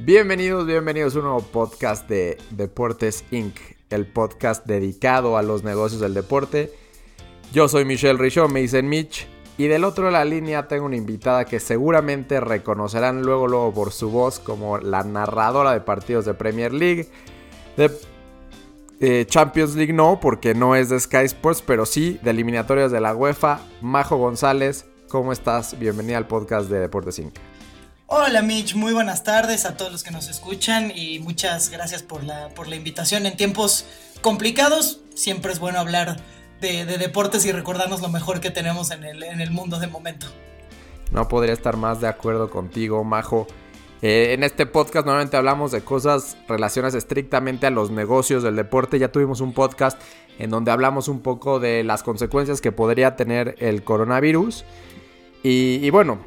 Bienvenidos a un nuevo podcast de Deportes Inc., el podcast dedicado a los negocios del deporte. Yo soy Michelle Richaud, me dicen Mitch, y del otro de la línea tengo una invitada que seguramente reconocerán luego por su voz como la narradora de partidos de Premier League, de Champions League no, porque no es de Sky Sports, pero sí de eliminatorias de la UEFA. Majo González, ¿cómo estás? Bienvenida al podcast de Deportes Inc. Hola Mitch, muy buenas tardes a todos los que nos escuchan y muchas gracias por la invitación. En tiempos complicados siempre es bueno hablar de deportes y recordarnos lo mejor que tenemos en el mundo de momento. No podría estar más de acuerdo contigo, Majo. En este podcast normalmente hablamos de cosas relacionadas estrictamente a los negocios del deporte. Ya tuvimos un podcast en donde hablamos un poco de las consecuencias que podría tener el coronavirus. Y bueno,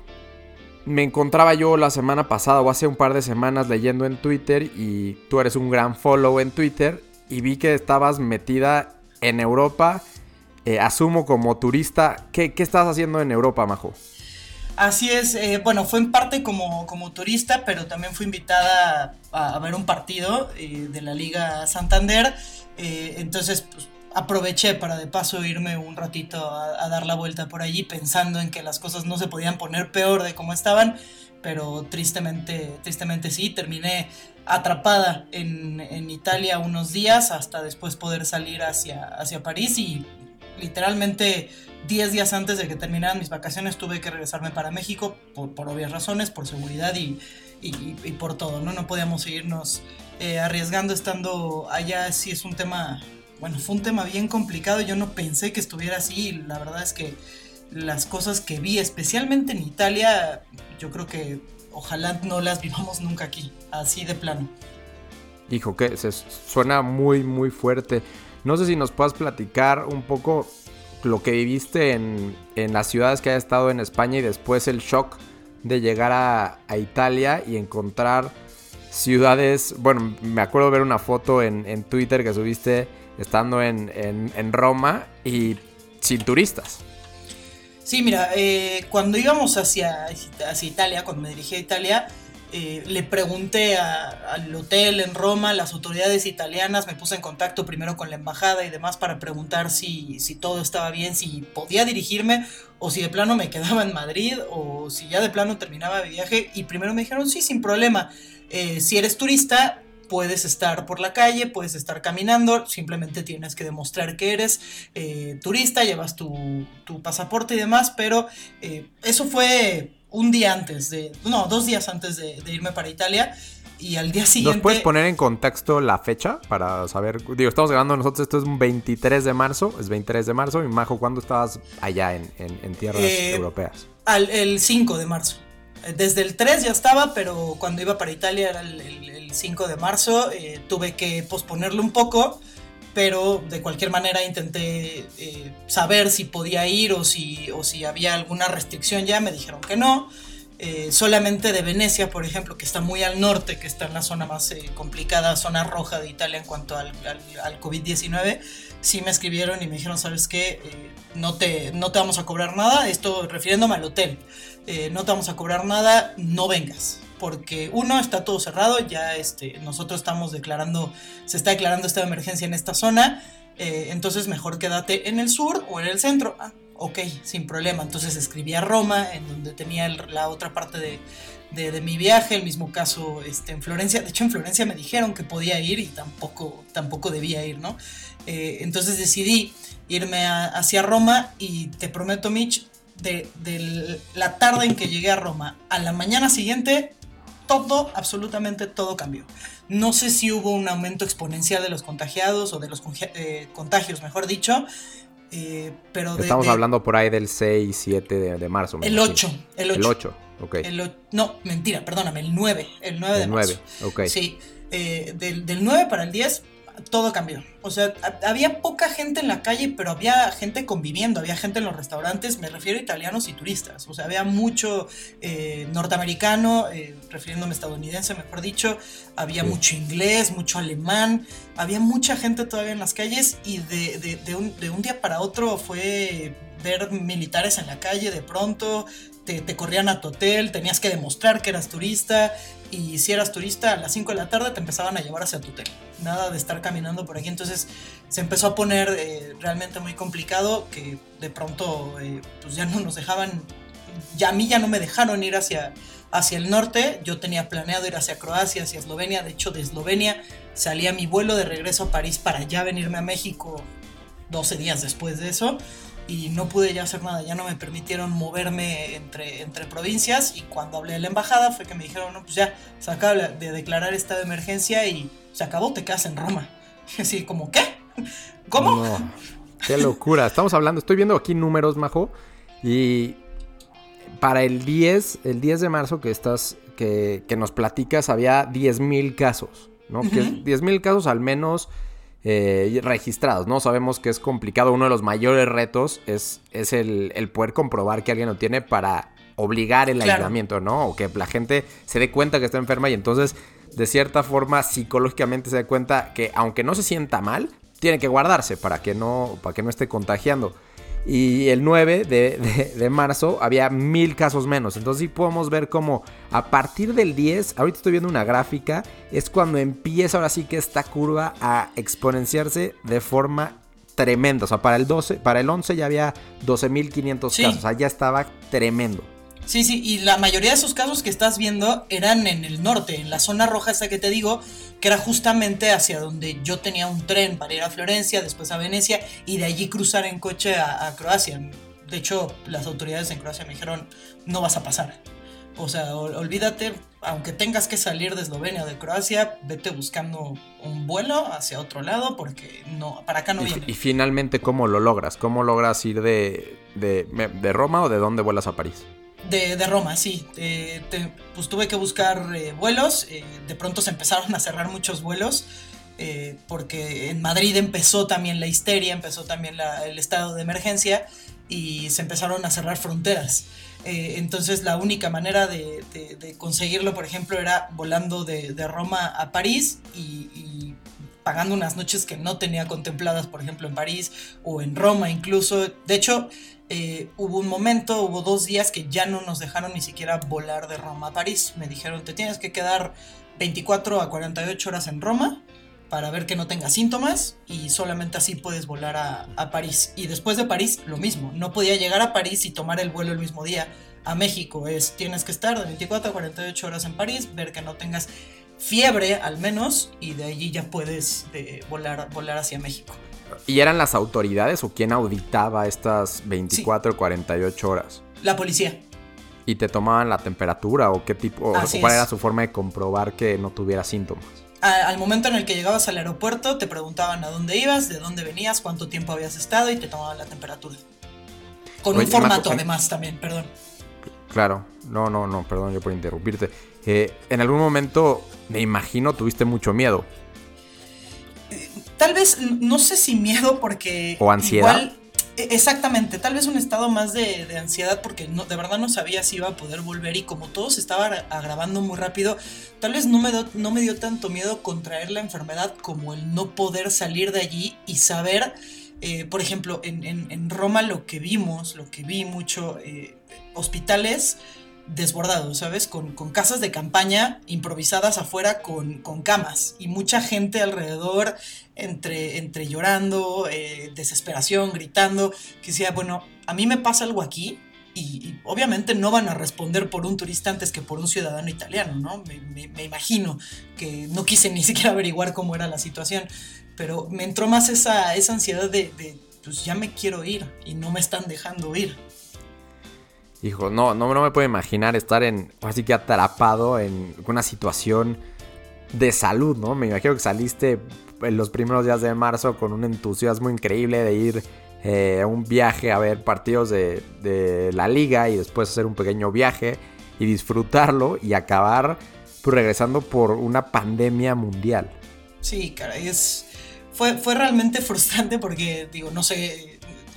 me encontraba yo la semana pasada o hace un par de semanas leyendo en Twitter, y tú eres un gran follow en Twitter, y vi que estabas metida en Europa, asumo como turista. ¿Qué estás haciendo en Europa, Majo? Así es, bueno, fue en parte como turista, pero también fui invitada a ver un partido de la Liga Santander, entonces pues, aproveché para de paso irme un ratito a dar la vuelta por allí, pensando en que las cosas no se podían poner peor de como estaban, pero tristemente sí, terminé atrapada en Italia unos días hasta después poder salir hacia París, y literalmente 10 días antes de que terminaran mis vacaciones tuve que regresarme para México por obvias razones, por seguridad y por todo, ¿no? No podíamos seguirnos arriesgando estando allá. Sí es un tema, bueno, fue un tema bien complicado. Yo no pensé que estuviera así, y la verdad es que las cosas que vi, especialmente en Italia, yo creo que ojalá no las vivamos nunca aquí, así de plano. Hijo, que suena muy, muy fuerte. No sé si nos puedas platicar un poco lo que viviste en las ciudades que hayas estado en España, y después el shock de llegar a Italia y encontrar ciudades. Bueno, me acuerdo ver una foto en Twitter que subiste estando en Roma y sin turistas. Sí, mira, cuando íbamos hacia Italia, cuando me dirigí a Italia, le pregunté al hotel en Roma, las autoridades italianas, me puse en contacto primero con la embajada y demás para preguntar si todo estaba bien, si podía dirigirme o si de plano me quedaba en Madrid o si ya de plano terminaba mi viaje, y primero me dijeron sí, sin problema, si eres turista puedes estar por la calle, puedes estar caminando, simplemente tienes que demostrar que eres turista, llevas tu pasaporte y demás, pero eso fue un día antes dos días antes de irme para Italia, y al día siguiente... ¿Nos puedes poner en contexto la fecha para saber? Digo, estamos grabando nosotros, esto es un 23 de marzo, y Majo, ¿cuándo estabas allá en tierras europeas? El 5 de marzo. Desde el 3 ya estaba, pero cuando iba para Italia era el 5 de marzo, tuve que posponerlo un poco, pero de cualquier manera intenté saber si podía ir o si había alguna restricción. Ya me dijeron que no, solamente de Venecia, por ejemplo, que está muy al norte, que está en la zona más complicada, zona roja de Italia en cuanto al COVID-19, sí me escribieron y me dijeron, ¿sabes qué? No te vamos a cobrar nada, esto refiriéndome al hotel, no te vamos a cobrar nada, no vengas, porque uno, está todo cerrado, ya nosotros se está declarando estado de emergencia en esta zona, entonces mejor quédate en el sur o en el centro. Ok, sin problema. Entonces escribí a Roma, en donde tenía la otra parte de mi viaje, el mismo caso en Florencia. De hecho, en Florencia me dijeron que podía ir y tampoco debía ir, ¿no? Entonces decidí irme hacia Roma, y te prometo, Mitch, de la tarde en que llegué a Roma a la mañana siguiente, absolutamente todo cambió. No sé si hubo un aumento exponencial de los contagiados o de los contagios, mejor dicho, pero estamos hablando por ahí del 6, 7 de marzo. El 8. El 8, ok. No, mentira, perdóname, el 9 de marzo. Ok. Sí, del 9 para el 10 todo cambió. O sea, había poca gente en la calle, pero había gente conviviendo, había gente en los restaurantes, me refiero a italianos y turistas. O sea, había mucho norteamericano, refiriéndome a estadounidense, mejor dicho. Había mucho inglés, mucho alemán. Había mucha gente todavía en las calles, y de un día para otro fue ver militares en la calle de pronto. Te corrían a tu hotel, tenías que demostrar que eras turista, y si eras turista a las 5 de la tarde te empezaban a llevar hacia tu hotel. Nada de estar caminando por aquí. Entonces se empezó a poner realmente muy complicado, que de pronto pues ya no nos dejaban, ya a mí ya no me dejaron ir hacia el norte. Yo tenía planeado ir hacia Croacia, hacia Eslovenia. De hecho, de Eslovenia salía mi vuelo de regreso a París para ya venirme a México 12 días después de eso. Y no pude ya hacer nada, ya no me permitieron moverme entre provincias. Y cuando hablé de la embajada fue que me dijeron, no, pues ya se acaba de declarar estado de emergencia y se acabó, te quedas en Roma. Y así como, ¿qué? ¿Cómo? No, qué locura. Estamos hablando, estoy viendo aquí números, Majo, y para el 10 de marzo que nos platicas, había 10,000 casos, ¿no? Uh-huh. Que 10,000 casos al menos registrados, ¿no? Sabemos que es complicado. Uno de los mayores retos es el poder comprobar que alguien lo tiene para obligar el aislamiento, ¿no? O que la gente se dé cuenta que está enferma y entonces, de cierta forma, psicológicamente se dé cuenta que, aunque no se sienta mal, tiene que guardarse para que no esté contagiando. Y el 9 de marzo había 1,000 casos menos. Entonces sí podemos ver cómo a partir del 10, ahorita estoy viendo una gráfica, es cuando empieza ahora sí que esta curva a exponenciarse de forma tremenda. O sea, para el 11 ya había 12,500 casos. O sea, ya estaba tremendo. Sí, y la mayoría de esos casos que estás viendo eran en el norte, en la zona roja esa que te digo, que era justamente hacia donde yo tenía un tren para ir a Florencia, después a Venecia, y de allí cruzar en coche a Croacia. De hecho, las autoridades en Croacia me dijeron, no vas a pasar. O sea, olvídate, aunque tengas que salir de Eslovenia o de Croacia, vete buscando un vuelo hacia otro lado, porque no, para acá no viene. Y finalmente, ¿cómo lo logras? ¿Cómo logras ir de Roma o de dónde vuelas a París? De Roma, sí. Pues tuve que buscar vuelos. De pronto se empezaron a cerrar muchos vuelos. Porque en Madrid empezó también la histeria, empezó también el estado de emergencia y se empezaron a cerrar fronteras. Entonces la única manera de conseguirlo, por ejemplo, era volando de Roma a París y pagando unas noches que no tenía contempladas, por ejemplo, en París o en Roma incluso. De hecho, hubo 2 días que ya no nos dejaron ni siquiera volar de Roma a París. Me dijeron, te tienes que quedar 24 a 48 horas en Roma para ver que no tengas síntomas y solamente así puedes volar a París. Y después de París, lo mismo. No podía llegar a París y tomar el vuelo el mismo día a México. Tienes que estar de 24 a 48 horas en París, ver que no tengas fiebre al menos, y de allí ya puedes volar hacia México. ¿Y eran las autoridades o quién auditaba estas 24 o 48 horas? La policía. ¿Y te tomaban la temperatura o qué tipo, o cuál era su forma de comprobar que no tuviera síntomas? Al momento en el que llegabas al aeropuerto te preguntaban a dónde ibas, de dónde venías, cuánto tiempo habías estado y te tomaban la temperatura. Con un formato además también, perdón. Claro, no, perdón yo por interrumpirte. En algún momento, me imagino, tuviste mucho miedo. Tal vez, no sé si miedo porque... ¿O ansiedad? Igual, exactamente, tal vez un estado más de ansiedad porque de verdad no sabía si iba a poder volver y como todo se estaba agravando muy rápido, tal vez no me dio tanto miedo contraer la enfermedad como el no poder salir de allí y saber, por ejemplo, en Roma lo que vi mucho, hospitales desbordados, ¿sabes? Con casas de campaña improvisadas afuera con camas y mucha gente alrededor entre llorando, desesperación, gritando, que decía, bueno, a mí me pasa algo aquí y obviamente no van a responder por un turista antes que por un ciudadano italiano, ¿no? Me imagino que no quise ni siquiera averiguar cómo era la situación, pero me entró más esa ansiedad de pues ya me quiero ir y no me están dejando ir. Hijo, no me puedo imaginar estar así que atrapado en una situación de salud, ¿no? Me imagino que saliste en los primeros días de marzo con un entusiasmo increíble de ir a un viaje a ver partidos de la liga y después hacer un pequeño viaje y disfrutarlo y acabar pues, regresando por una pandemia mundial. Sí, caray, fue realmente frustrante porque, digo, no sé...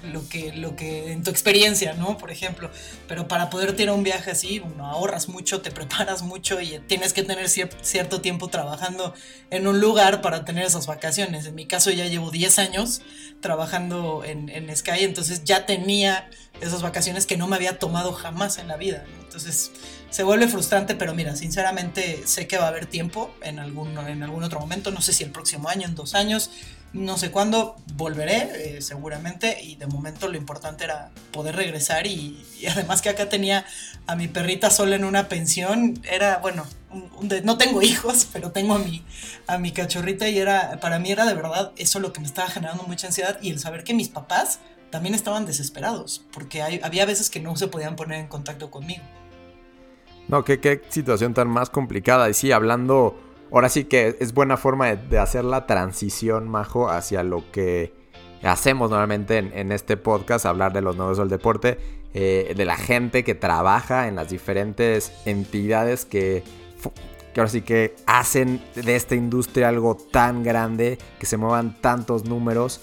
lo que en tu experiencia, ¿no? Por ejemplo, pero para poder tener un viaje así, bueno, ahorras mucho, te preparas mucho y tienes que tener cierto tiempo trabajando en un lugar para tener esas vacaciones. En mi caso ya llevo 10 años trabajando en Sky, entonces ya tenía esas vacaciones que no me había tomado jamás en la vida, ¿no? Entonces se vuelve frustrante, pero mira, sinceramente sé que va a haber tiempo en algún otro momento, no sé si el próximo año, en 2 años, no sé cuándo volveré, seguramente, y de momento lo importante era poder regresar y además que acá tenía a mi perrita sola en una pensión, era, bueno, no tengo hijos, pero tengo a mi cachorrita y para mí era de verdad eso lo que me estaba generando mucha ansiedad y el saber que mis papás también estaban desesperados, porque había veces que no se podían poner en contacto conmigo. No, qué situación tan más complicada. Y sí, hablando, ahora sí que es buena forma de hacer la transición, Majo, hacia lo que hacemos normalmente en este podcast, hablar de los negocios del deporte, de la gente que trabaja en las diferentes entidades que ahora sí que hacen de esta industria algo tan grande, que se muevan tantos números.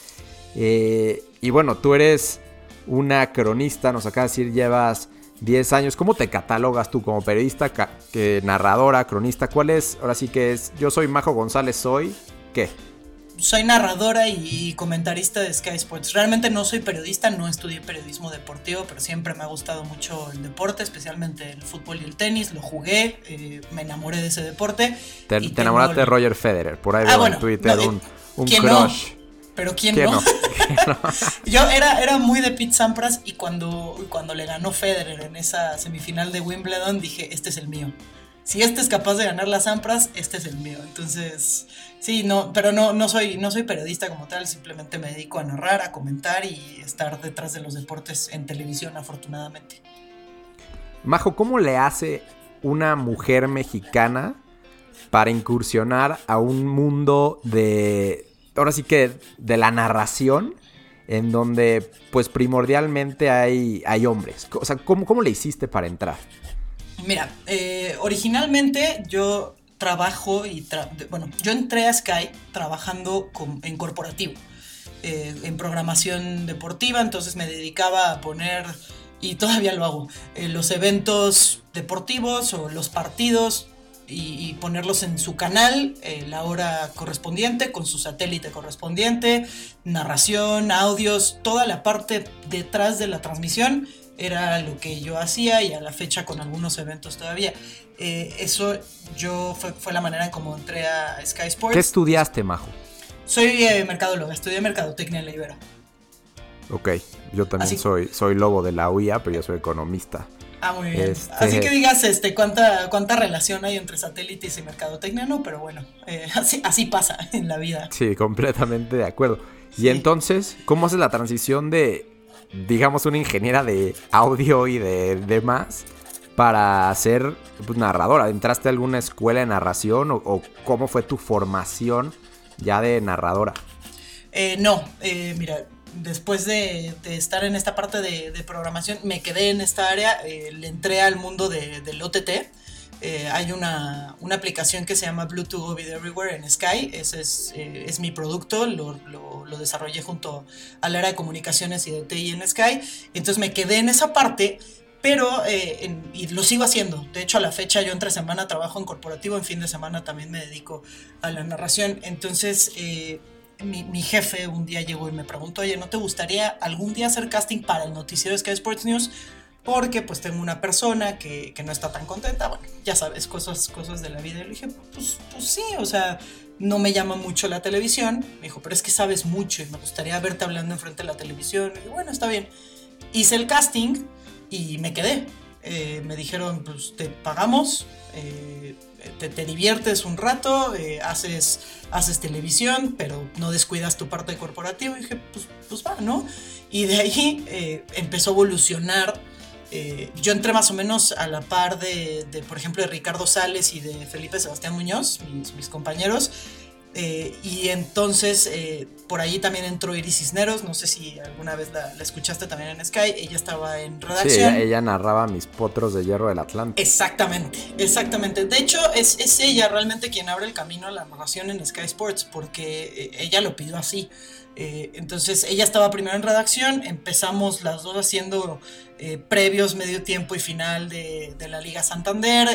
Y bueno, tú eres una cronista, nos acabas de decir, llevas 10 años. ¿Cómo te catalogas tú como periodista, narradora, cronista? ¿Cuál es? Ahora sí que es, yo soy Majo González, ¿soy qué? Soy narradora y comentarista de Sky Sports. Realmente no soy periodista, no estudié periodismo deportivo, pero siempre me ha gustado mucho el deporte, especialmente el fútbol y el tenis. Lo jugué, me enamoré de ese deporte. Te enamoraste de Roger Federer, por ahí veo en Twitter no, un crush. No? Pero ¿quién no? Yo era muy de Pete Sampras y cuando le ganó Federer en esa semifinal de Wimbledon dije, este es el mío. Si este es capaz de ganar las Sampras, este es el mío. Entonces, sí, pero no soy periodista como tal, simplemente me dedico a narrar, a comentar y estar detrás de los deportes en televisión, afortunadamente. Majo, ¿cómo le hace una mujer mexicana para incursionar a un mundo ahora sí que de la narración, en donde pues primordialmente hay hombres? O sea, ¿cómo le hiciste para entrar? Mira, originalmente yo trabajo yo entré a Sky trabajando en corporativo, en programación deportiva, entonces me dedicaba a poner, y todavía lo hago, los eventos deportivos o los partidos y ponerlos en su canal, la hora correspondiente, con su satélite correspondiente, narración, audios, toda la parte detrás de la transmisión era lo que yo hacía y a la fecha con algunos eventos todavía. Eso fue la manera en cómo entré a Sky Sports. ¿Qué estudiaste, Majo? Soy mercadóloga, estudié mercadotecnia en la Ibero. Ok, yo también soy lobo de la UIA, pero yo soy economista. Ah, muy bien. Así que digas cuánta relación hay entre satélites y mercadotecnia, no, pero bueno, así pasa en la vida. Sí, completamente de acuerdo. Sí. Y entonces, ¿cómo haces la transición de, digamos, una ingeniera de audio y de demás para ser pues, narradora? ¿Entraste a alguna escuela de narración o cómo fue tu formación ya de narradora? Mira, después de estar en esta parte de programación, me quedé en esta área, le entré al mundo del OTT. Hay una aplicación que se llama Bluetooth Go Video Everywhere en Sky. Ese es mi producto, lo desarrollé junto al área de comunicaciones y de TI en Sky. Entonces me quedé en esa parte, pero y lo sigo haciendo. De hecho, a la fecha yo entre semana trabajo en corporativo, en fin de semana también me dedico a la narración. Entonces mi jefe un día llegó y me preguntó, oye, ¿no te gustaría algún día hacer casting para el noticiero de Sky Sports News? Porque pues tengo una persona que no está tan contenta. Bueno, ya sabes, cosas de la vida. Y le dije, pues sí, o sea, no me llama mucho la televisión. Me dijo, pero es que sabes mucho y me gustaría verte hablando enfrente de la televisión. Y dije, bueno, está bien. Hice el casting y me quedé. Me dijeron, pues te pagamos, te diviertes un rato, haces televisión, pero no descuidas tu parte corporativa. Y dije, pues va, ¿no? Y de ahí empezó a evolucionar. Yo entré más o menos a la par de por ejemplo, de Ricardo Sales y de Felipe Sebastián Muñoz, mis compañeros. Y entonces por ahí también entró Iris Cisneros, no sé si alguna vez la escuchaste también en Sky, ella estaba en redacción. Sí, ella narraba mis potros de hierro del Atlante. Exactamente. De hecho, es ella realmente quien abre el camino a la narración en Sky Sports, porque ella lo pidió así. Entonces ella estaba primero en redacción, empezamos las dos haciendo previos, medio tiempo y final de la Liga Santander,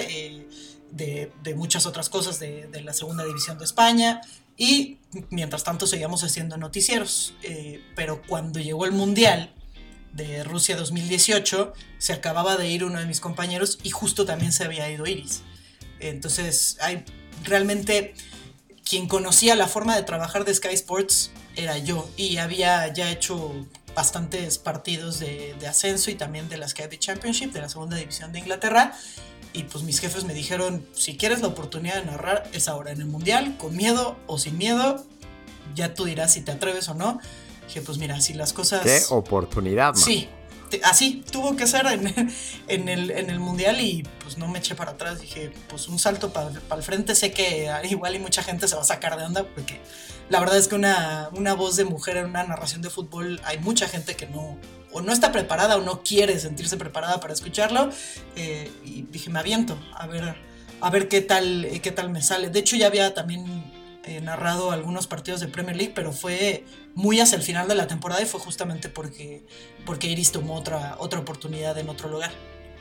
de muchas otras cosas de la segunda división de España, y mientras tanto seguíamos haciendo noticieros. Pero cuando llegó el Mundial de Rusia 2018, se acababa de ir uno de mis compañeros y justo también se había ido Iris. Entonces, realmente quien conocía la forma de trabajar de Sky Sports era yo, y había ya hecho bastantes partidos de ascenso y también de la Sky Championship, de la segunda división de Inglaterra. Y pues mis jefes me dijeron, si quieres la oportunidad de narrar, es ahora en el Mundial, con miedo o sin miedo, ya tú dirás si te atreves o no. Dije, pues mira, si las cosas... ¡Qué oportunidad, man! Sí, así tuvo que ser en el Mundial, y pues no me eché para atrás. Dije, pues un salto para el frente. Sé que igual y mucha gente se va a sacar de onda, porque la verdad es que una voz de mujer en una narración de fútbol, hay mucha gente que no... o no está preparada o no quiere sentirse preparada para escucharlo. Y dije, me aviento a ver qué tal me sale. De hecho, ya había también narrado algunos partidos de Premier League, pero fue muy hacia el final de la temporada, y fue justamente porque Iris tomó otra oportunidad en otro lugar.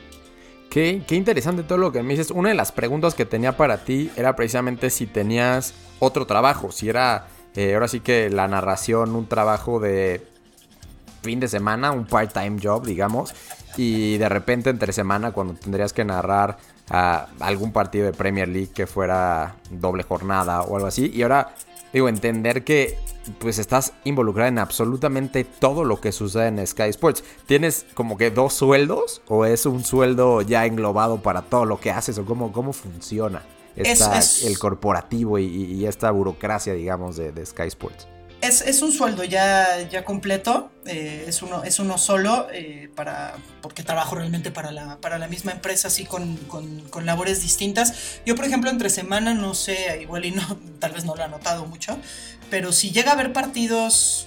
Qué interesante todo lo que me dices. Una de las preguntas que tenía para ti era precisamente si tenías otro trabajo, si era ahora sí que la narración un trabajo de fin de semana, un part-time job, digamos, y de repente entre semana, cuando tendrías que narrar algún partido de Premier League que fuera doble jornada o algo así. Y ahora, digo, entender que pues estás involucrada en absolutamente todo lo que sucede en Sky Sports. ¿Tienes como que 2 sueldos o es un sueldo ya englobado para todo lo que haces, o cómo funciona el corporativo y esta burocracia, digamos, de Sky Sports? Es un sueldo ya completo, es uno solo, porque trabajo realmente para la misma empresa, así con labores distintas. Yo, por ejemplo, entre semana, no sé, igual y no, tal vez no lo he notado mucho, pero si llega a haber partidos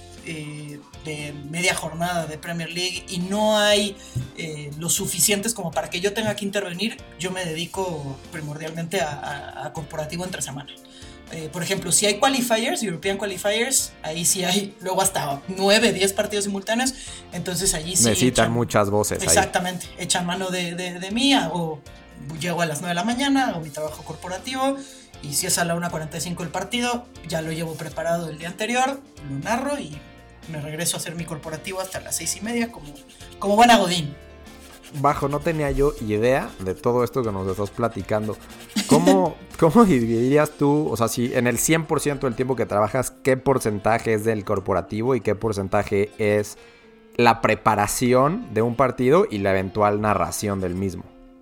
de media jornada de Premier League y no hay los suficientes como para que yo tenga que intervenir, yo me dedico primordialmente a corporativo entre semana. Por ejemplo, si hay qualifiers, European qualifiers, ahí sí hay luego hasta 9, 10 partidos simultáneos. Entonces allí sí necesitan muchas voces. Exactamente, ahí echan mano de mí, o llego a las 9 de la mañana, hago mi trabajo corporativo, y si es a la 1:45 el partido, ya lo llevo preparado el día anterior, lo narro y me regreso a hacer mi corporativo hasta las 6:30 como buena godín. Bajo, no tenía yo idea de todo esto que nos estás platicando. ¿Cómo dividirías tú, o sea, si en el 100% del tiempo que trabajas, qué porcentaje es del corporativo y qué porcentaje es la preparación de un partido y la eventual narración del mismo?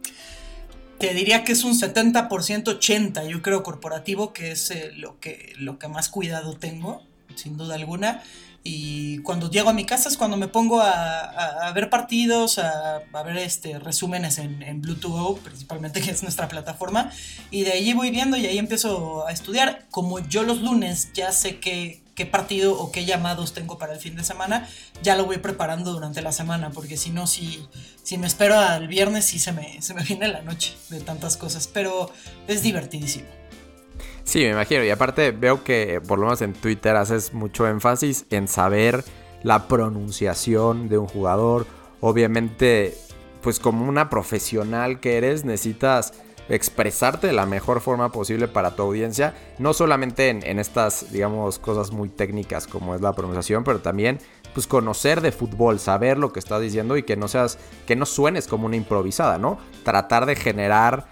Te diría que es un 70%, 80%, yo creo, corporativo, que es lo que más cuidado tengo, sin duda alguna. Y cuando llego a mi casa es cuando me pongo a ver partidos, a ver resúmenes en Blue2Go, principalmente, que es nuestra plataforma. Y de ahí voy viendo y ahí empiezo a estudiar. Como yo los lunes ya sé qué partido o qué llamados tengo para el fin de semana, ya lo voy preparando durante la semana, porque si no, si me espero al viernes, sí se me viene la noche de tantas cosas. Pero es divertidísimo. Sí, me imagino. Y aparte veo que por lo menos en Twitter haces mucho énfasis en saber la pronunciación de un jugador. Obviamente, pues como una profesional que eres, necesitas expresarte de la mejor forma posible para tu audiencia. No solamente en estas, digamos, cosas muy técnicas como es la pronunciación, pero también pues conocer de fútbol, saber lo que estás diciendo y que no suenes como una improvisada, ¿no? Tratar de generar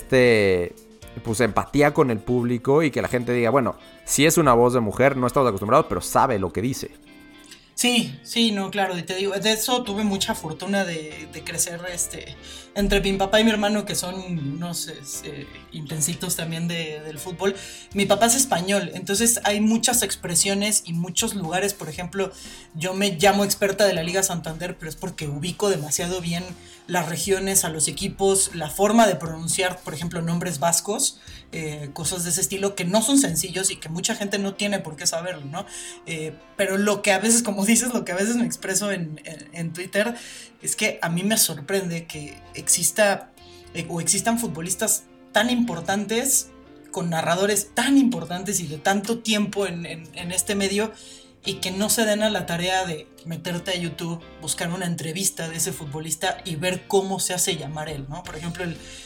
pues empatía con el público y que la gente diga, bueno, si es una voz de mujer, no estamos acostumbrados, pero sabe lo que dice. Sí, no, claro, y te digo, de eso tuve mucha fortuna de crecer entre mi papá y mi hermano, que son unos intensitos también del fútbol. Mi papá es español, entonces hay muchas expresiones y muchos lugares. Por ejemplo, yo me llamo experta de la Liga Santander, pero es porque ubico demasiado bien las regiones, a los equipos, la forma de pronunciar, por ejemplo, nombres vascos, cosas de ese estilo que no son sencillos y que mucha gente no tiene por qué saberlo, ¿no? Pero lo que a veces, como dices, lo que a veces me expreso en Twitter es que a mí me sorprende que exista o existan futbolistas tan importantes, con narradores tan importantes y de tanto tiempo en este medio, y que no se den a la tarea de meterte a YouTube, buscar una entrevista de ese futbolista y ver cómo se hace llamar él, ¿no? Por ejemplo,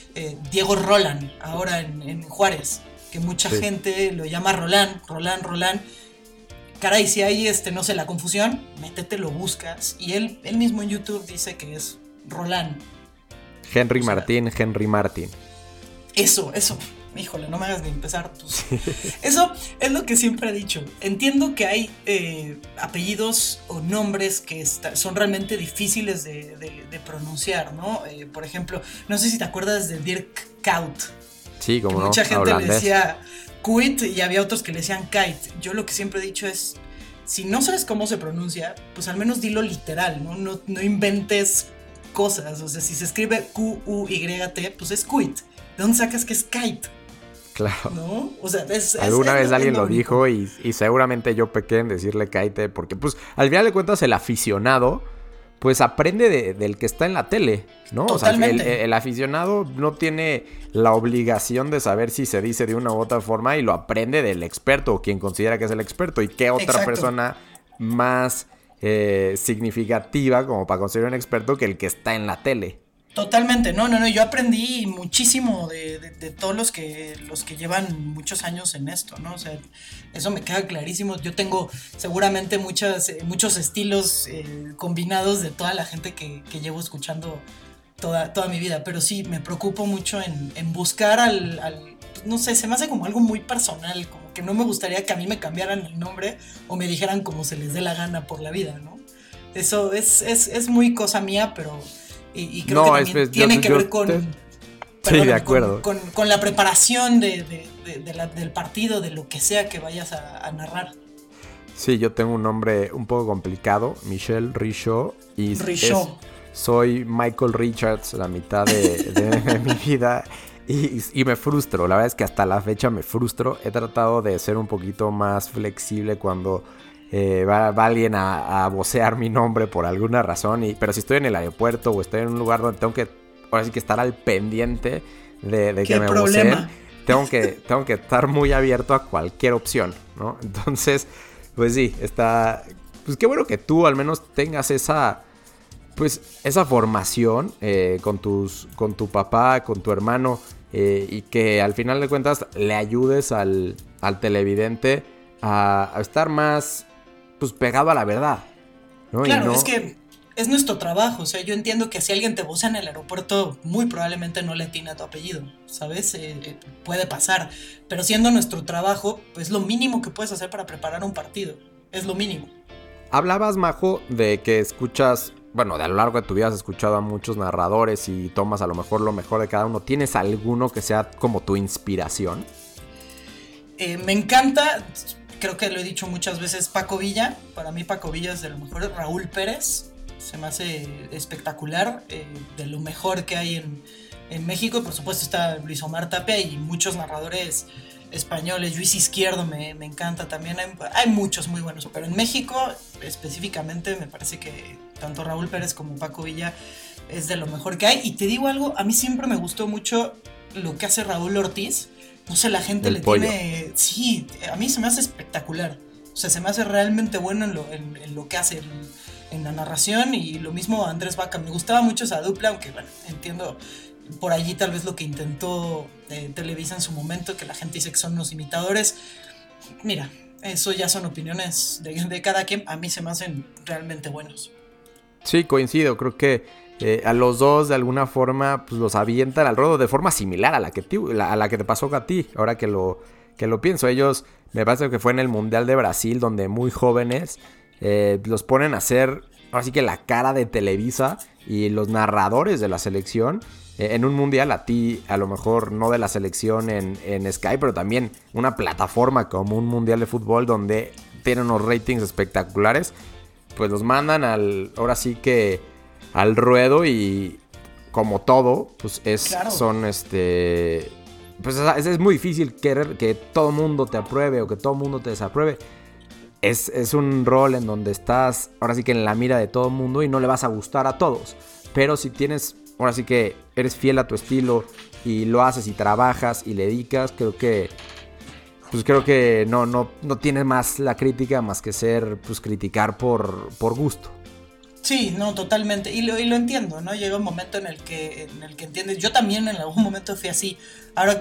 Diego Roland, ahora en Juárez, que mucha gente lo llama Roland. Caray, si hay no sé, la confusión, métete, lo buscas. Y él mismo en YouTube dice que es Roland. Henry Martin. Eso. Híjole, no me hagas ni empezar. Pues. Eso es lo que siempre he dicho. Entiendo que hay apellidos o nombres que son realmente difíciles de pronunciar, ¿no? Por ejemplo, no sé si te acuerdas de Dirk Kuyt. Sí, como no, mucha gente holandés. Le decía Kuyt y había otros que le decían Kite. Yo lo que siempre he dicho es, si no sabes cómo se pronuncia, pues al menos dilo literal, ¿no? No inventes cosas. O sea, si se escribe Q-U-Y-T, pues es Kuyt. ¿De dónde sacas que es Kite? Claro. ¿No? O sea, alguna vez alguien lo dijo y seguramente yo pequé en decirle Kite, porque pues al final de cuentas el aficionado pues aprende del que está en la tele, ¿no? Totalmente. O sea, el aficionado no tiene la obligación de saber si se dice de una u otra forma y lo aprende del experto o quien considera que es el experto. Y qué otra persona más significativa como para considerar un experto que el que está en la tele. Totalmente, no, yo aprendí muchísimo de todos los que llevan muchos años en esto, ¿no? O sea, eso me queda clarísimo. Yo tengo seguramente muchos estilos combinados de toda la gente que llevo escuchando toda mi vida, pero sí, me preocupo mucho en buscar no sé, se me hace como algo muy personal, como que no me gustaría que a mí me cambiaran el nombre o me dijeran como se les dé la gana por la vida, ¿no? Eso es muy cosa mía, pero... Y creo que también tiene que ver con... Sí, de acuerdo. Con la preparación del partido, de lo que sea que vayas a narrar. Sí, yo tengo un nombre un poco complicado, Michel Richaud. Soy Michael Richards la mitad de mi vida y me frustro. La verdad es que hasta la fecha me frustro. He tratado de ser un poquito más flexible cuando... va alguien a vocear mi nombre por alguna razón, pero si estoy en el aeropuerto o estoy en un lugar donde tengo que, ahora sí que estar al pendiente de que me voceen, tengo que estar muy abierto a cualquier opción, ¿no? Entonces, pues sí, pues qué bueno que tú al menos tengas esa formación con tu papá, con tu hermano, y que al final de cuentas le ayudes al televidente a estar más... pues pegado a la verdad, ¿no? Claro, es que es nuestro trabajo. O sea, yo entiendo que si alguien te vocea en el aeropuerto, muy probablemente no le atina tu apellido, ¿sabes? Puede pasar. Pero siendo nuestro trabajo, pues lo mínimo que puedes hacer para preparar un partido. Es lo mínimo. Hablabas, Majo, de que escuchas... Bueno, de a lo largo de tu vida has escuchado a muchos narradores y tomas a lo mejor de cada uno. ¿Tienes alguno que sea como tu inspiración? Me encanta... Creo que lo he dicho muchas veces, Paco Villa. Para mí Paco Villa es de lo mejor. Raúl Pérez se me hace espectacular, de lo mejor que hay en México. Y por supuesto está Luis Omar Tapia y muchos narradores españoles. Luis Izquierdo me encanta también. Hay muchos muy buenos, pero en México específicamente me parece que tanto Raúl Pérez como Paco Villa es de lo mejor que hay. Y te digo algo, a mí siempre me gustó mucho lo que hace Raúl Ortiz. No sé, la gente le tiene... Sí, a mí se me hace espectacular. O sea, se me hace realmente bueno en lo que hace en la narración. Y lo mismo Andrés Vaca. Me gustaba mucho esa dupla, aunque bueno, entiendo por allí tal vez lo que intentó Televisa en su momento, que la gente dice que son unos imitadores. Mira, eso ya son opiniones de cada quien. A mí se me hacen realmente buenos. Sí, coincido. Creo que a los dos de alguna forma pues los avientan al ruedo de forma similar a la que te pasó a ti. Ahora que lo pienso, ellos me parece que fue en el Mundial de Brasil donde muy jóvenes los ponen a hacer, así que la cara de Televisa y los narradores de la selección en un mundial. A ti, a lo mejor no de la selección en Sky, pero también una plataforma como un mundial de fútbol donde tienen unos ratings espectaculares, pues los mandan ahora sí que al ruedo, y como todo, pues Claro. pues es muy difícil querer que todo mundo te apruebe o que todo mundo te desapruebe. Es un rol en donde estás ahora sí que en la mira de todo el mundo y no le vas a gustar a todos. Pero si tienes, ahora sí que eres fiel a tu estilo y lo haces y trabajas y le dedicas, creo que no tienes más la crítica más que criticar por gusto. Sí, no, totalmente. Y lo entiendo, ¿no? Llega un momento en el que entiendes. Yo también en algún momento fui así. Ahora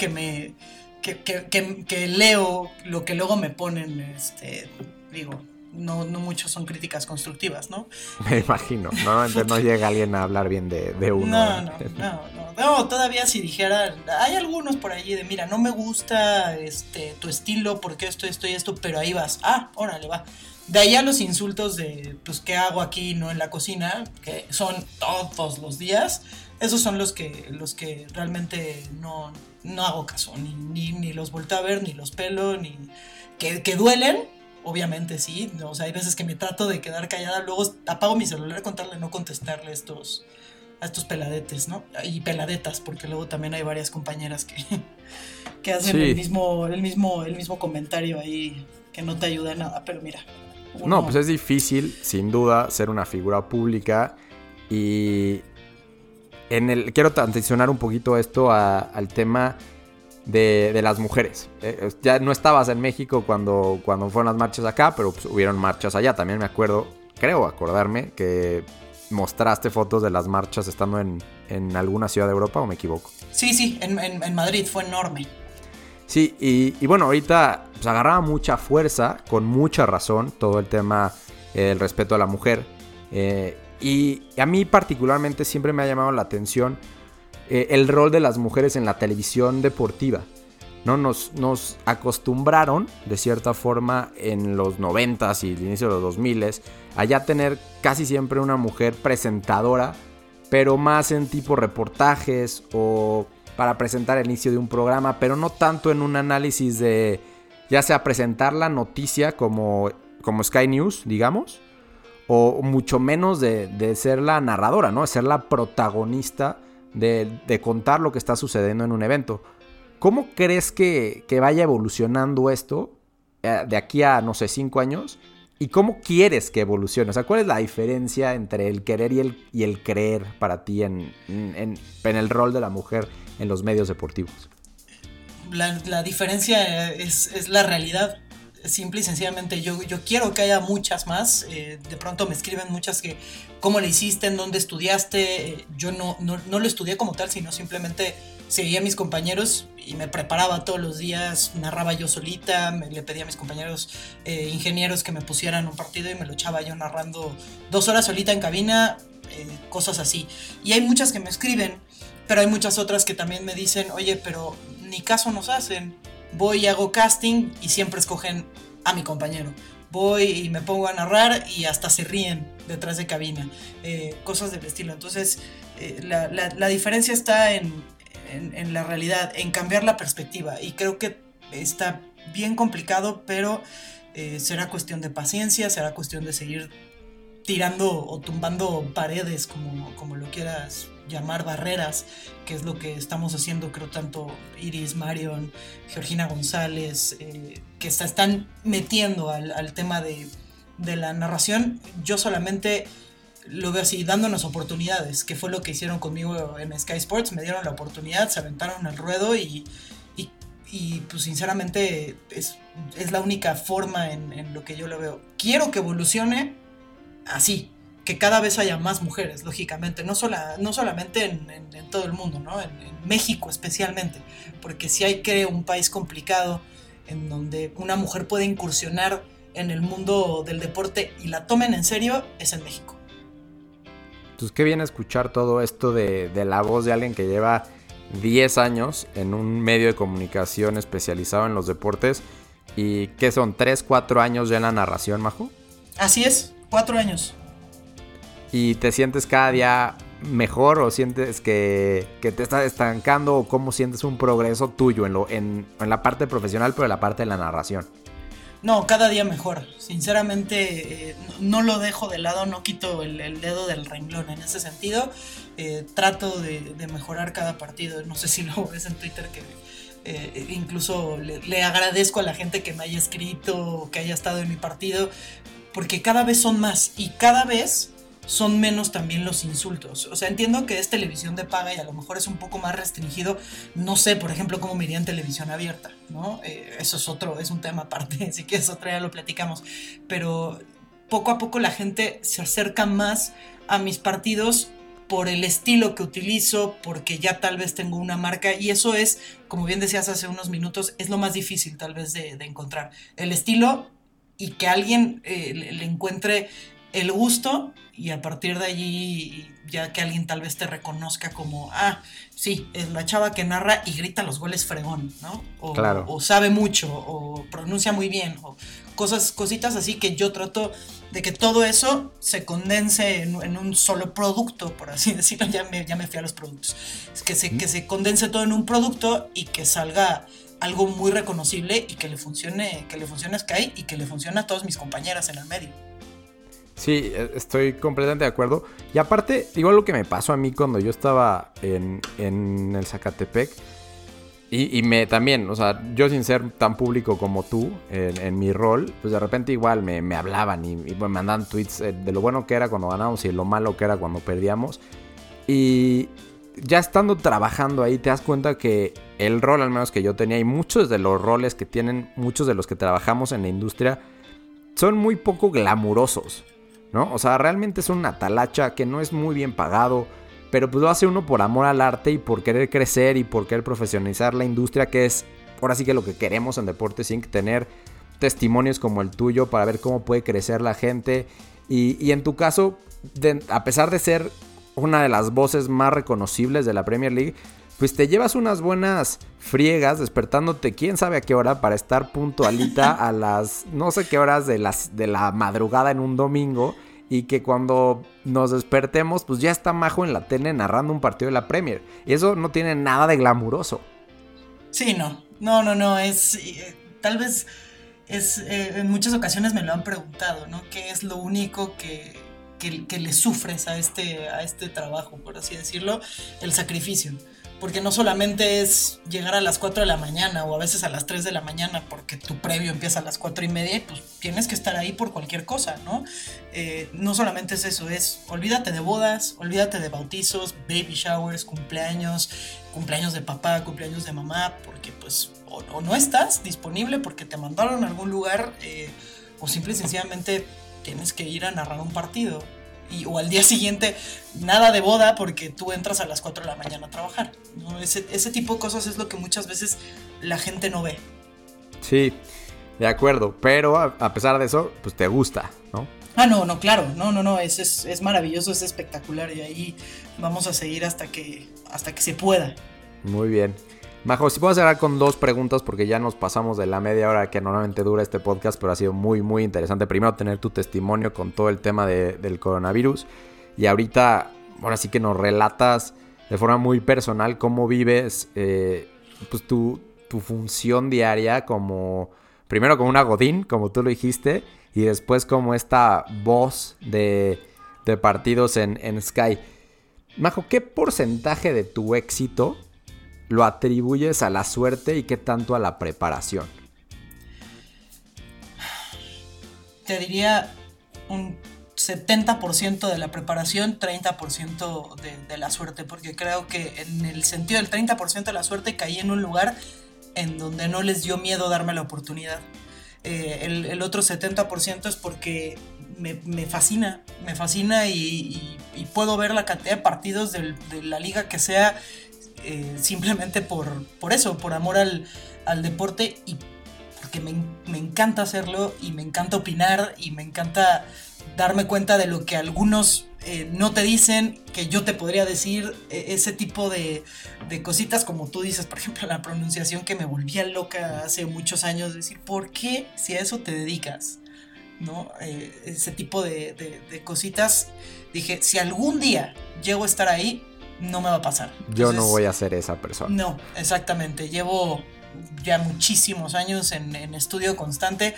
que leo lo que luego me ponen, digo, no muchos son críticas constructivas, ¿no? Me imagino. Normalmente no llega alguien a hablar bien de uno. No, todavía si dijera, hay algunos por allí de, mira, no me gusta tu estilo, porque esto y esto, pero ahí vas. Ah, órale, va. De ahí a los insultos de, pues, ¿qué hago aquí, no en la cocina? Que son todos los días. Esos son los que realmente no hago caso. Ni los volteo a ver, ni los pelo, ni... Que duelen, obviamente sí. O sea, hay veces que me trato de quedar callada. Luego apago mi celular con tal de no contestarle a estos peladetes, ¿no? Y peladetas, porque luego también hay varias compañeras que hacen Sí. el mismo comentario ahí, que no te ayuda en nada, pero mira. No, pues es difícil, sin duda, ser una figura pública. Y quiero transicionar un poquito esto al tema de las mujeres. Ya no estabas en México cuando fueron las marchas acá, pero pues hubieron marchas allá. También me acuerdo, creo acordarme, que mostraste fotos de las marchas estando en alguna ciudad de Europa, ¿o me equivoco? Sí, en Madrid fue enorme. Sí, y bueno, ahorita pues agarraba mucha fuerza, con mucha razón, todo el tema del respeto a la mujer. Y a mí particularmente siempre me ha llamado la atención el rol de las mujeres en la televisión deportiva, ¿no? Nos acostumbraron, de cierta forma, en los 90s y el inicio de los 2000s, a ya tener casi siempre una mujer presentadora, pero más en tipo reportajes o para presentar el inicio de un programa, pero no tanto en un análisis de, ya sea presentar la noticia como Sky News, digamos, o mucho menos de ser la narradora, ¿no? De ser la protagonista de contar lo que está sucediendo en un evento. ¿Cómo crees que vaya evolucionando esto de aquí a, no sé, 5 años? ¿Y cómo quieres que evolucione? O sea, ¿cuál es la diferencia entre el querer y el creer para ti en el rol de la mujer en los medios deportivos? La diferencia es la realidad. Simple y sencillamente yo quiero que haya muchas más. De pronto me escriben muchas que ¿cómo le hiciste? ¿En dónde estudiaste? Yo no lo estudié como tal, sino simplemente seguía a mis compañeros y me preparaba todos los días, narraba yo solita, le pedía a mis compañeros ingenieros que me pusieran un partido y me lo echaba yo narrando 2 horas solita en cabina, cosas así. Y hay muchas que me escriben, pero hay muchas otras que también me dicen, oye, pero ni caso nos hacen. Voy y hago casting y siempre escogen a mi compañero. Voy y me pongo a narrar y hasta se ríen detrás de cabina. Cosas del estilo. Entonces, la diferencia está en la realidad, en cambiar la perspectiva. Y creo que está bien complicado, pero será cuestión de paciencia, será cuestión de seguir tirando o tumbando paredes, como lo quieras llamar, barreras, que es lo que estamos haciendo, creo, tanto Iris, Marion, Georgina González, que se están metiendo al tema de la narración. Yo solamente lo veo así, dándonos oportunidades, que fue lo que hicieron conmigo en Sky Sports. Me dieron la oportunidad, se aventaron al ruedo y pues sinceramente es la única forma en lo que yo lo veo. Quiero que evolucione así, que cada vez haya más mujeres, lógicamente, no solamente en todo el mundo, ¿no? En México especialmente, porque si hay, creo, un país complicado en donde una mujer puede incursionar en el mundo del deporte y la tomen en serio, es en México. Entonces, qué bien escuchar todo esto de la voz de alguien que lleva 10 años en un medio de comunicación especializado en los deportes. ¿Y qué son? ¿3, 4 años ya en la narración, Majo? Así es, 4 años. ¿Y te sientes cada día mejor o sientes que te estás estancando o cómo sientes un progreso tuyo en la parte profesional pero en la parte de la narración? No, cada día mejor. Sinceramente, no lo dejo de lado, no quito el dedo del renglón en ese sentido. Trato de mejorar cada partido. No sé si lo ves en Twitter, que incluso le agradezco a la gente que me haya escrito, que haya estado en mi partido, porque cada vez son más y cada vez son menos también los insultos. O sea, entiendo que es televisión de paga y a lo mejor es un poco más restringido. No sé, por ejemplo, cómo me iría en televisión abierta, ¿no? Eso es un tema aparte, si quieres otro día lo platicamos. Pero poco a poco la gente se acerca más a mis partidos por el estilo que utilizo, porque ya tal vez tengo una marca, y eso es, como bien decías hace unos minutos, es lo más difícil tal vez de encontrar. El estilo y que alguien le encuentre el gusto, y a partir de allí ya que alguien tal vez te reconozca como, sí, es la chava que narra y grita los goles fregón, ¿no? Claro. O sabe mucho, o pronuncia muy bien, o cositas así, que yo trato de que todo eso se condense en un solo producto, por así decirlo. Ya me fui a los productos. Es que se condense todo en un producto y que salga algo muy reconocible y que le funcione a Sky y que le funcione a todas mis compañeras en el medio. Sí, estoy completamente de acuerdo. Y aparte, igual lo que me pasó a mí cuando yo estaba en el Zacatepec, y me también, o sea, yo sin ser tan público como tú en mi rol, pues de repente igual me hablaban y me mandaban tweets de lo bueno que era cuando ganábamos y de lo malo que era cuando perdíamos. Y ya estando trabajando ahí te das cuenta que el rol, al menos que yo tenía, y muchos de los roles que tienen muchos de los que trabajamos en la industria, son muy poco glamurosos, ¿no? O sea, realmente es una talacha que no es muy bien pagado, pero pues lo hace uno por amor al arte y por querer crecer y por querer profesionalizar la industria, que es ahora sí que lo que queremos en Deportes Inc., tener testimonios como el tuyo para ver cómo puede crecer la gente. Y en tu caso, a pesar de ser una de las voces más reconocibles de la Premier League, pues te llevas unas buenas friegas despertándote quién sabe a qué hora para estar puntualita a las no sé qué horas de la madrugada en un domingo, y que cuando nos despertemos pues ya está Majo en la tele narrando un partido de la Premier. Y eso no tiene nada de glamuroso. Sí, no, es tal vez en muchas ocasiones me lo han preguntado, ¿no? ¿Qué es lo único que le sufres a este trabajo, por así decirlo? El sacrificio. Porque no solamente es llegar a las 4 de la mañana o a veces a las 3 de la mañana porque tu previo empieza a las 4:30 y pues tienes que estar ahí por cualquier cosa, ¿no? No solamente es eso, es olvídate de bodas, olvídate de bautizos, baby showers, cumpleaños de papá, cumpleaños de mamá, porque pues o no estás disponible porque te mandaron a algún lugar, o simple y sencillamente tienes que ir a narrar un partido. O al día siguiente nada de boda porque tú entras a las 4 de la mañana a trabajar, ¿no? Ese tipo de cosas es lo que muchas veces la gente no ve. Sí, de acuerdo, pero a pesar de eso, pues te gusta, ¿no? No, claro, no, es maravilloso, es espectacular, y ahí vamos a seguir hasta que se pueda. Muy bien. Majo, si puedo cerrar con 2 preguntas porque ya nos pasamos de la media hora que normalmente dura este podcast, pero ha sido muy, muy interesante. Primero, tener tu testimonio con todo el tema del coronavirus. Y ahora sí que nos relatas de forma muy personal cómo vives pues tu función diaria primero como una godín, como tú lo dijiste, y después como esta voz de partidos en Sky. Majo, ¿qué porcentaje de tu éxito lo atribuyes a la suerte y qué tanto a la preparación? Te diría un 70% de la preparación, 30% de la suerte, porque creo que en el sentido del 30% de la suerte caí en un lugar en donde no les dio miedo darme la oportunidad. El otro 70% es porque me fascina y puedo ver la cantidad de partidos de la liga que sea, simplemente por eso, por amor al deporte, y porque me encanta hacerlo y me encanta opinar y me encanta darme cuenta de lo que algunos no te dicen, que yo te podría decir, ese tipo de cositas, como tú dices, por ejemplo, la pronunciación, que me volvía loca hace muchos años, decir, ¿por qué si a eso te dedicas? ¿no? Ese tipo de cositas. Dije, si algún día llego a estar ahí, no me va a pasar. Entonces, yo no voy a ser esa persona. No, exactamente. Llevo ya muchísimos años en estudio constante.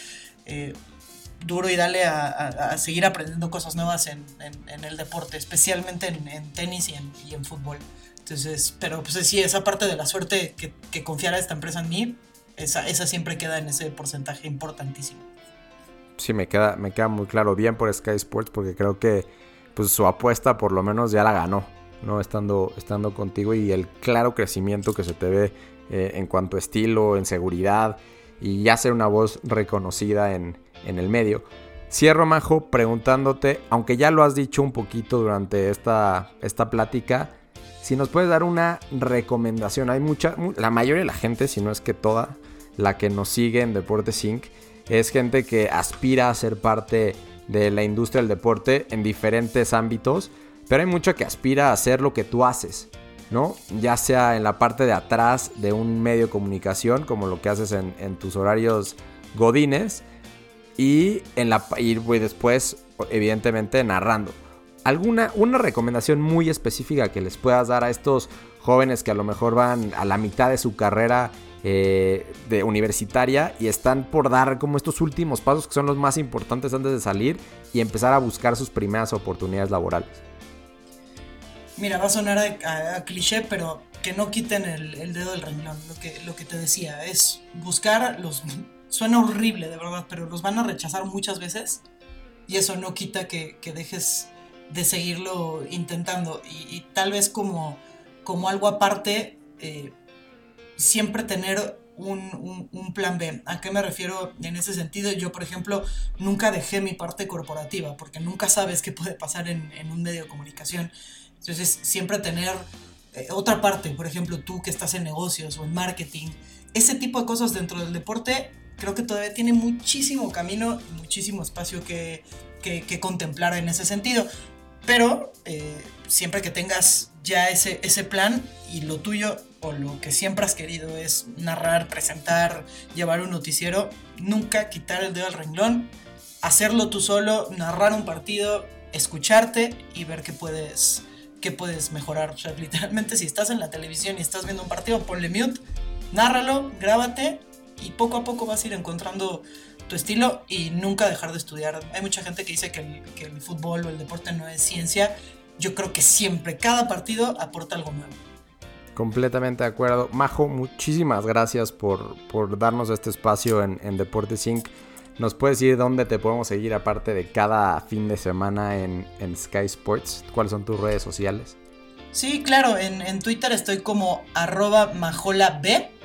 Duro y dale a seguir aprendiendo cosas nuevas en el deporte, especialmente en tenis y en fútbol. Entonces, pero pues sí, esa parte de la suerte que confiara esta empresa en mí, esa siempre queda en ese porcentaje importantísimo. Sí, me queda muy claro. Bien por Sky Sports, porque creo que pues su apuesta por lo menos ya la ganó, ¿no? Estando contigo, y el claro crecimiento que se te ve en cuanto a estilo, en seguridad, y ya ser una voz reconocida en el medio. Cierro, Majo, preguntándote, aunque ya lo has dicho un poquito durante esta plática, si nos puedes dar una recomendación. Hay la mayoría de la gente, si no es que toda, la que nos sigue en Deportes Inc., es gente que aspira a ser parte de la industria del deporte en diferentes ámbitos, pero hay mucha que aspira a hacer lo que tú haces, ¿no? Ya sea en la parte de atrás de un medio de comunicación, como lo que haces en tus horarios godines, y después, evidentemente, narrando. Una recomendación muy específica que les puedas dar a estos jóvenes que a lo mejor van a la mitad de su carrera de universitaria y están por dar como estos últimos pasos que son los más importantes antes de salir y empezar a buscar sus primeras oportunidades laborales? Mira, va a sonar a cliché, pero que no quiten el dedo del renglón. Lo que te decía es buscar los... Suena horrible, de verdad, pero los van a rechazar muchas veces y eso no quita que dejes de seguirlo intentando. Y tal vez como algo aparte, siempre tener un plan B. ¿A qué me refiero en ese sentido? Yo, por ejemplo, nunca dejé mi parte corporativa porque nunca sabes qué puede pasar en un medio de comunicación. Entonces, siempre tener otra parte, por ejemplo, tú que estás en negocios o en marketing, ese tipo de cosas dentro del deporte, creo que todavía tiene muchísimo camino y muchísimo espacio que contemplar en ese sentido. Pero siempre que tengas ya ese plan y lo tuyo o lo que siempre has querido es narrar, presentar, llevar un noticiero, nunca quitar el dedo al renglón, hacerlo tú solo, narrar un partido, escucharte y ver qué puedes mejorar. O sea, literalmente, si estás en la televisión y estás viendo un partido, ponle mute, nárralo, grábate y poco a poco vas a ir encontrando tu estilo y nunca dejar de estudiar. Hay mucha gente que dice que el fútbol o el deporte no es ciencia. Yo creo que siempre, cada partido aporta algo nuevo. Completamente de acuerdo. Majo, muchísimas gracias por darnos este espacio en Deportes Inc. ¿Nos puedes decir dónde te podemos seguir aparte de cada fin de semana en Sky Sports? ¿Cuáles son tus redes sociales? Sí, claro, en Twitter estoy como @majolab.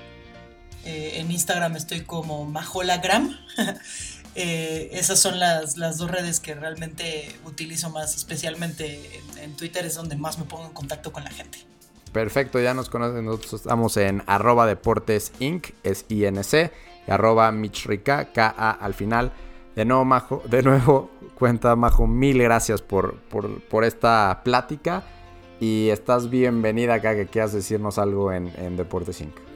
En Instagram estoy como majolagram. Esas son las dos redes que realmente utilizo más, especialmente en Twitter es donde más me pongo en contacto con la gente. Perfecto, ya nos conocen, nosotros estamos en @deportesinc, es INC, y @michrica, KA al final. De nuevo, cuenta Majo, mil gracias por esta plática y estás bienvenida acá que quieras decirnos algo en Deportes Inc.